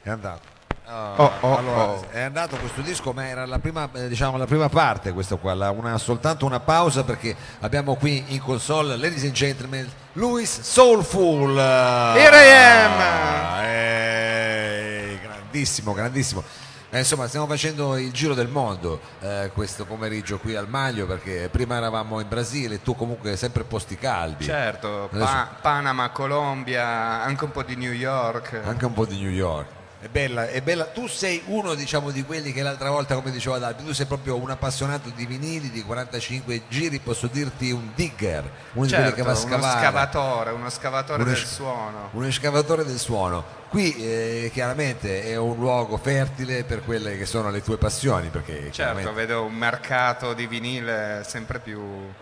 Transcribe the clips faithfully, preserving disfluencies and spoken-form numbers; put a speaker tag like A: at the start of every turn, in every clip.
A: Cantato. Uh,
B: Oh, oh,
A: allora,
B: oh.
A: è andato questo disco, ma era la prima, eh, diciamo, la prima parte, questo qua, la- una, soltanto una pausa perché abbiamo qui in console, ladies and gentlemen, Louis Soulful.
B: Here I am.
A: Eh, grandissimo, grandissimo. Eh, insomma, stiamo facendo il giro del mondo eh, questo pomeriggio qui al Maglio, perché prima eravamo in Brasile, tu comunque sempre posti caldi.
B: Certo,
A: Adesso-
B: Pa- Panama, Colombia, anche un po' di New York.
A: anche un po' di New York. È bella, è bella. Tu sei uno, diciamo, di quelli che l'altra volta, come diceva Dalpi, tu sei proprio un appassionato di vinili, di quarantacinque giri, posso dirti un digger, uno di quelli che
B: Certo,
A: va a
B: uno
A: scavare.
B: scavatore, uno scavatore
A: Uno
B: del
A: sc-
B: suono.
A: Un escavatore del suono. Qui eh, chiaramente è un luogo fertile per quelle che sono le tue passioni, perché
B: Certo,
A: chiaramente
B: vedo un mercato di vinile sempre più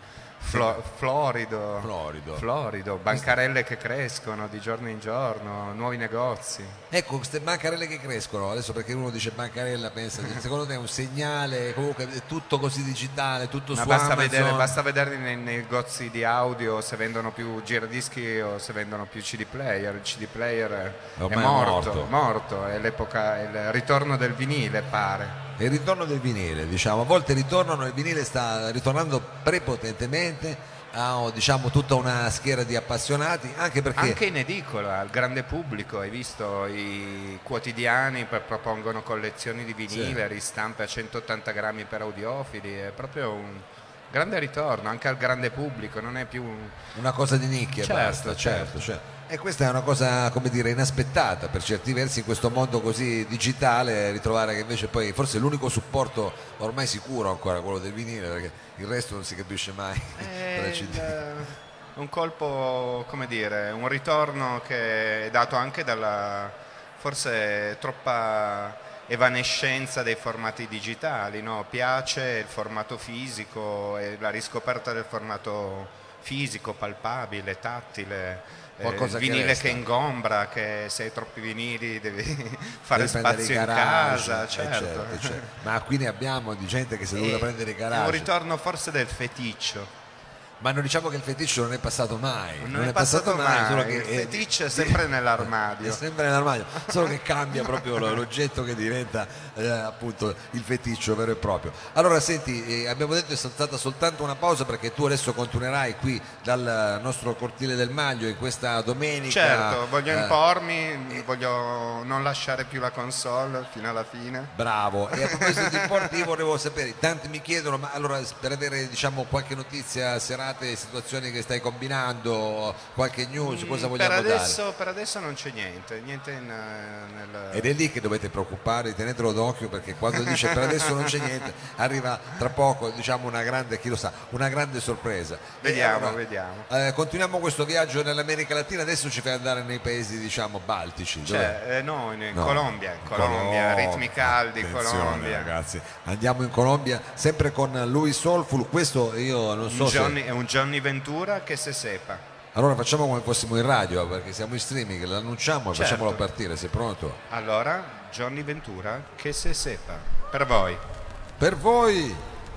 B: flo- florido,
A: Florido.
B: florido, bancarelle che crescono di giorno in giorno, nuovi negozi.
A: ecco queste bancarelle che crescono adesso, perché uno dice bancarella, pensa, secondo te è un segnale, comunque è tutto così digitale, tutto
B: Ma
A: su
B: basta
A: Amazon?
B: vedere, basta vedere nei negozi di audio se vendono più giradischi o se vendono più C D player. Il C D player è,
A: Ormai è
B: morto,
A: morto.
B: morto, è l'epoca, è il ritorno del vinile, pare.
A: È il ritorno del vinile, diciamo, a volte ritornano, il vinile sta ritornando prepotentemente, ha, diciamo, tutta una schiera di appassionati, anche perché
B: Anche in edicola, al grande pubblico, hai visto i quotidiani per- propongono collezioni di vinile,
A: Sì.
B: ristampe a centottanta grammi per audiofili, è proprio un grande ritorno, anche al grande pubblico, non è più un...
A: una cosa di nicchia,
B: Certo,
A: basta, certo,
B: certo.
A: certo. E questa è una cosa, come dire, inaspettata per certi versi in questo mondo così digitale, ritrovare che invece poi forse è l'unico supporto ormai sicuro ancora quello del vinile, perché il resto non si capisce mai
B: È
A: tra C D.
B: il- un colpo, come dire, un ritorno che è dato anche dalla forse troppa evanescenza dei formati digitali, no? Piace il formato fisico e la riscoperta del formato fisico, palpabile, tattile. eh,
A: Qualcosa
B: il
A: che
B: vinile
A: resta.
B: che ingombra, che se hai troppi vinili devi fare
A: Devi prendere
B: spazio
A: i
B: in
A: garage,
B: casa,
A: eh,
B: certo.
A: certo, certo. Ma qui ne abbiamo di gente che si è dovuta
B: E-
A: prendere i
B: È un
A: garage.
B: ritorno forse del feticcio.
A: Ma non diciamo che il feticcio non è passato mai,
B: Non, è passato, mai,
A: solo che
B: il
A: è-
B: feticcio è sempre
A: è
B: nell'armadio.
A: sempre nell'armadio, solo che cambia proprio lo- l'oggetto che diventa eh, appunto il feticcio vero e proprio. Allora senti, eh, abbiamo detto che è stata soltanto una pausa perché tu adesso continuerai qui dal nostro cortile del Maglio in questa domenica.
B: Certo, voglio
A: eh,
B: impormi, voglio non lasciare più la console fino alla fine.
A: Bravo, e a proposito di importi io volevo sapere, tanti mi chiedono, ma allora per avere, diciamo, qualche notizia, serate, situazioni che stai combinando, qualche news, cosa
B: Mm,
A: vogliamo
B: per
A: dare?
B: adesso, per adesso non c'è niente, niente in, eh, nel...
A: Ed è lì che dovete preoccupare, tenetelo d'occhio, perché quando dice per adesso non c'è niente, arriva tra poco, diciamo, una grande, chi lo sa, una grande sorpresa.
B: Vediamo,
A: E allora,
B: vediamo.
A: eh, continuiamo questo viaggio nell'America Latina, adesso ci fai andare nei paesi, diciamo, baltici. dove-
B: Cioè, eh, no, in, in
A: No.
B: Colombia, in Colombia, ritmi caldi,
A: Attenzione,
B: Colombia.
A: ragazzi, andiamo in Colombia sempre con Louis Soulful, questo io non so
B: Un
A: se...
B: Johnny, è un Johnny Ventura che se sepa.
A: Allora facciamo come fossimo in radio, perché siamo in streaming, l'annunciamo e
B: Certo.
A: facciamolo partire, sei pronto?
B: Allora, Johnny Ventura che se sepa. Per voi.
A: Per voi!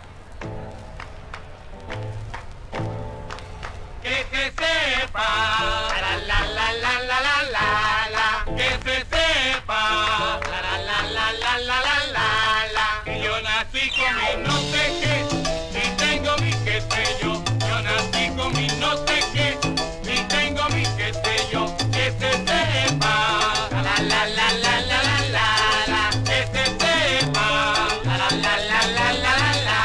C: Que se sepa, la la la la la la la la, que se sepa, la la la la la la la la la, que yo nací con mi no sé qué, y tengo mi qué sé yo, yo nací con mi no sé qué, y tengo mi qué sé yo, que se sepa, la la la la la la la la, que se sepa, la la la la la la la la.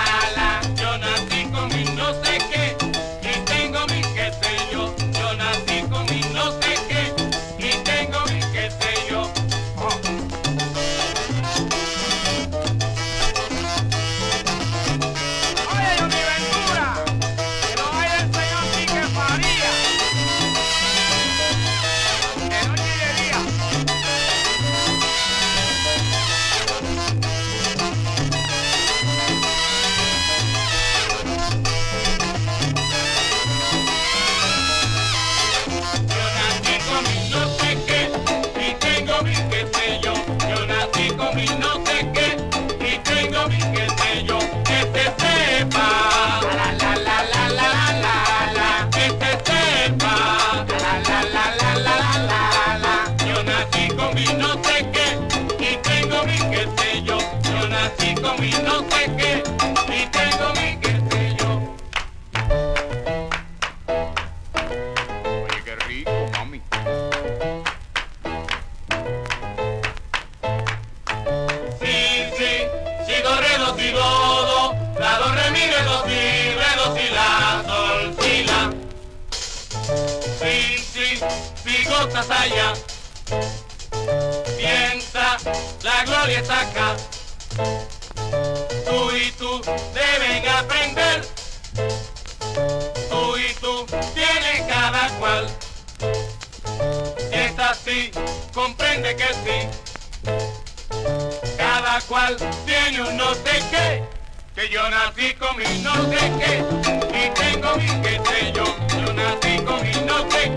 C: aquí, si gozas allá. Piensa, la gloria está acá. Tú y tú deben aprender. Tú y tú tienes cada cual. Es así, comprende que sí. Cada cual tiene un no sé qué. Que yo nací con mi no sé qué. Y tengo mi qué sé yo. Yo nací con mi no sé qué.